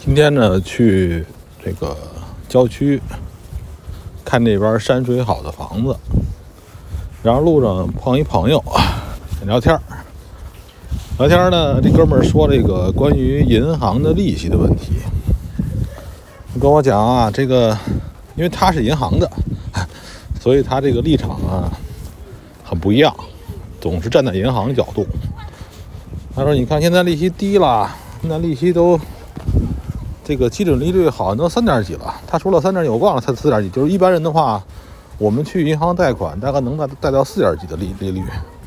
今天呢，去这个郊区看那边山水好的房子，然后路上碰一朋友聊天呢，这哥们儿说这个关于银行的利息的问题，跟我讲啊，这个因为他是银行的，所以他这个立场啊很不一样，总是站在银行角度。他说：“你看现在利息低了，现在利息都这个基准利率好像都3点几了。”他说了3点几，我忘了他4点几。就是一般人的话，我们去银行贷款大概能贷到4点几的利率。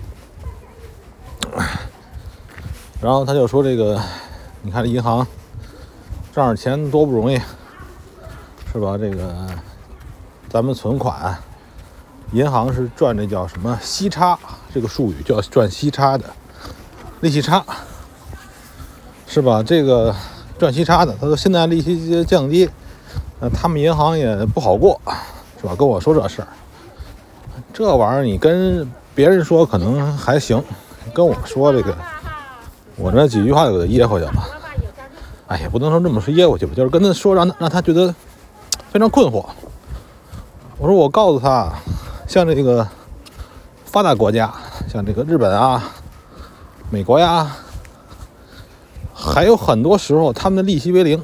然后他就说这个，你看这银行挣点钱多不容易，是吧？这个咱们存款，银行是赚这叫什么息差，这个术语叫赚息差的。利息差是吧？这个赚息差的，他说现在利息降低，他们银行也不好过，是吧？跟我说这事儿，这玩意儿你跟别人说可能还行，跟我说这个，我这几句话就给他噎回去了。哎，也不能说这么说噎回去吧，就是跟他说让他觉得非常困惑。我说我告诉他，像这个发达国家，像这个日本啊、美国呀，还有很多时候他们的利息为零，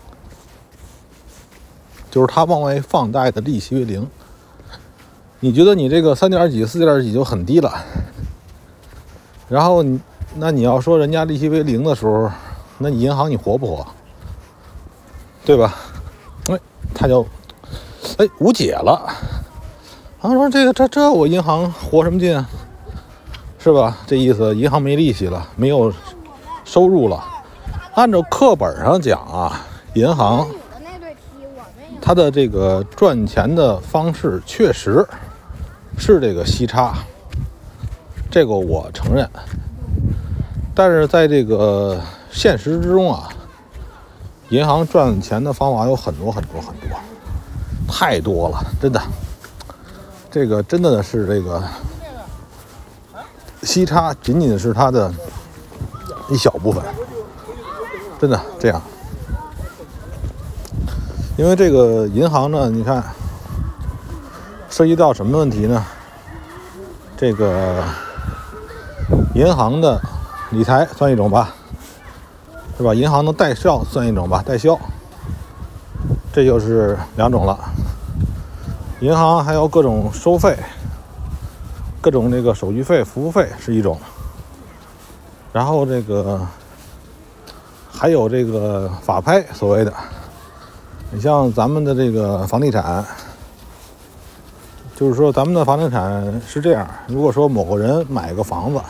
就是他往外放贷的利息为零。你觉得你这个3点几、4点几就很低了，然后那你要说人家利息为零的时候，那你银行你活不活？对吧？他就无解了。他说这我银行活什么劲啊？是吧？这意思，银行没利息了，没有收入了。按照课本上讲啊，银行它的这个赚钱的方式确实是这个息差，这个我承认。但是在这个现实之中啊，银行赚钱的方法有很多，太多了，真的。这个真的是这个息差仅仅是它的一小部分，真的这样。因为这个银行呢，你看涉及到什么问题呢？这个银行的理财算一种吧，是吧？银行的代销算一种吧，代销，这就是2种了。银行还有各种收费，各种这个手续费、服务费是一种，然后这个还有这个法拍，所谓的，你像咱们的这个房地产，就是说咱们的房地产是这样，如果说某个人买个房子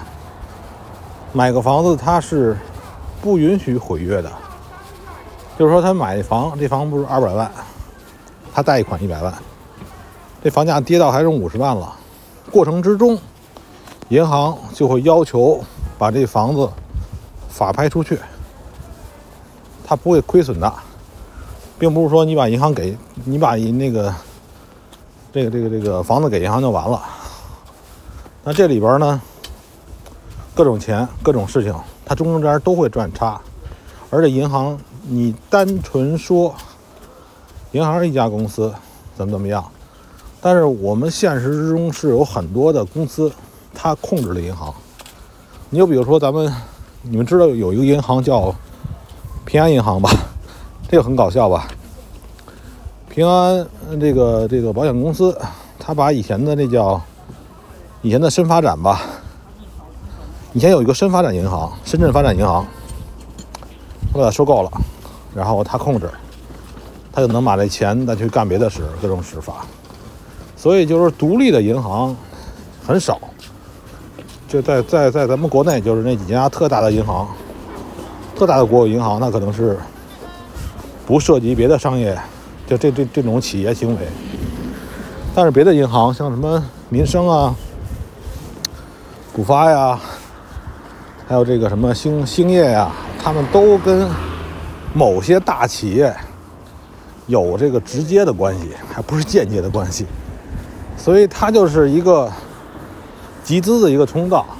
他是不允许毁约的，就是说他买房，这房不是200万，他贷一款100万，这房价跌到还剩50万了，过程之中银行就会要求把这房子法拍出去，他不会亏损的，并不是说你把银行给你把那个这个房子给银行就完了。那这里边呢，各种钱各种事情它中间都会赚差，而且银行你单纯说银行是一家公司怎么样，但是我们现实之中是有很多的公司它控制了银行。你就比如说你们知道有一个银行叫平安银行吧，这个很搞笑吧。平安这个保险公司，他把以前的深发展吧，以前有一个深发展银行，深圳发展银行，他把它收购了，然后他控制，他就能把这钱再去干别的事，各种使法。所以就是独立的银行很少，就在咱们国内就是那几家特大的银行，特大的国有银行，那可能是不涉及别的商业，就这种企业行为。但是别的银行像什么民生啊、浦发呀，还有这个什么兴业呀，他们都跟某些大企业有这个直接的关系，还不是间接的关系。所以它就是一个集资的一个通道。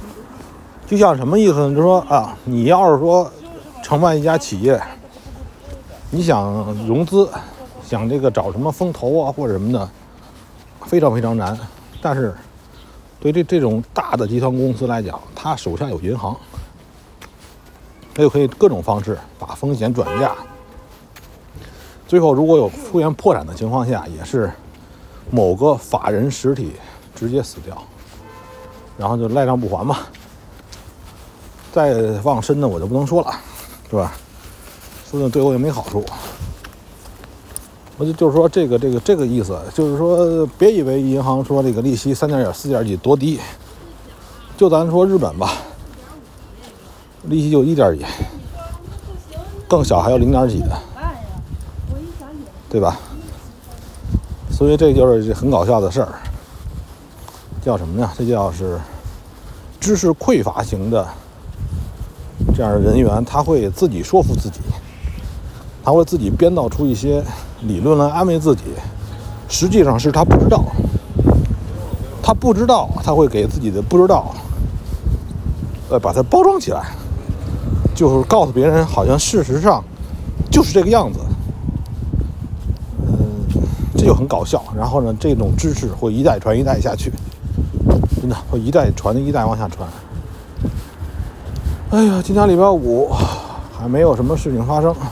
就像什么意思呢？就是说啊，你要是说承办一家企业， 你想融资，想这个找什么风投啊或者什么的，非常非常难。但是对这种大的集团公司来讲，他手下有银行，他就可以各种方式把风险转嫁。最后如果有出现破产的情况下，也是某个法人实体直接死掉，然后就赖账不还嘛。再往深的我就不能说了，是吧？说的对我也没好处。我就是说这个意思，就是说别以为银行说这个利息3点几4点几多低，就咱说日本吧，利息就1点几，更小还有0点几的，对吧？所以这就是很搞笑的事儿，叫什么呢？这叫是知识匮乏型的这样的人员，他会自己说服自己，他会自己编造出一些理论来安慰自己，实际上是他不知道，他会给自己的不知道，把它包装起来，就是告诉别人好像事实上就是这个样子。这就很搞笑。然后呢，这种知识会一代传一代下去，真的会一代传一代往下传。哎呀，今天礼拜五还没有什么事情发生。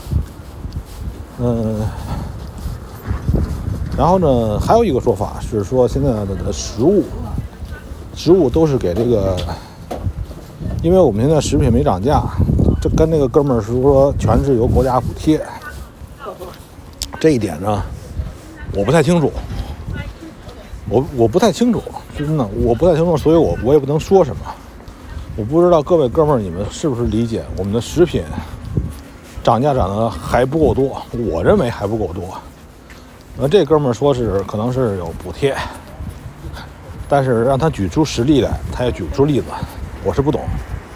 然后呢，还有一个说法是说，现在的食物都是给这个，因为我们现在食品没涨价，这跟那个哥们儿说全是由国家补贴，这一点呢我不太清楚，我不太清楚，真的我不太清楚，所以我也不能说什么。我不知道各位哥们儿你们是不是理解我们的食品涨价涨得还不够多，我认为还不够多。这哥们儿说是可能是有补贴，但是让他举出实例来，他也举不出例子，我是不懂。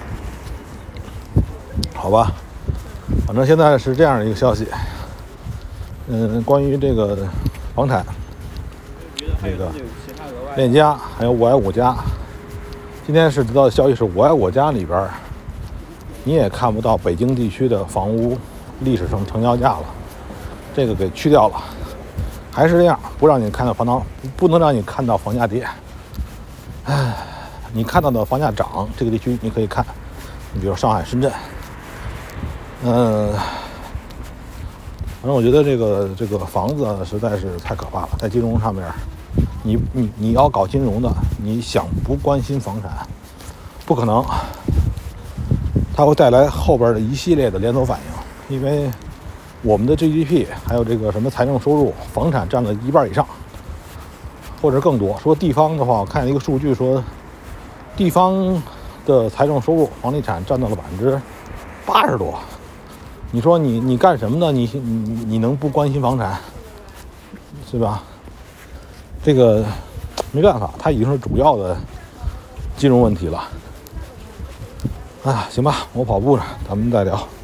好吧，反正现在是这样的一个消息。关于这个房产，这个链家还有我爱我家，今天是得到的消息是我爱我家里边你也看不到北京地区的房屋历史性成交价了，这个给去掉了，还是这样，不让你看到不能让你看到房价跌。你看到的房价涨，这个地区你可以看，你比如上海、深圳。反正我觉得这个房子实在是太可怕了，在金融上面，你要搞金融的，你想不关心房产，不可能，它会带来后边的一系列的连锁反应。因为我们的 GDP 还有这个什么财政收入，房产占了1半以上，或者更多。说地方的话，我看一个数据说，地方的财政收入，房地产占到了80%多。你说你干什么呢？你能不关心房产，是吧？这个没办法，它已经是主要的金融问题了。行吧，我跑步了，咱们再聊。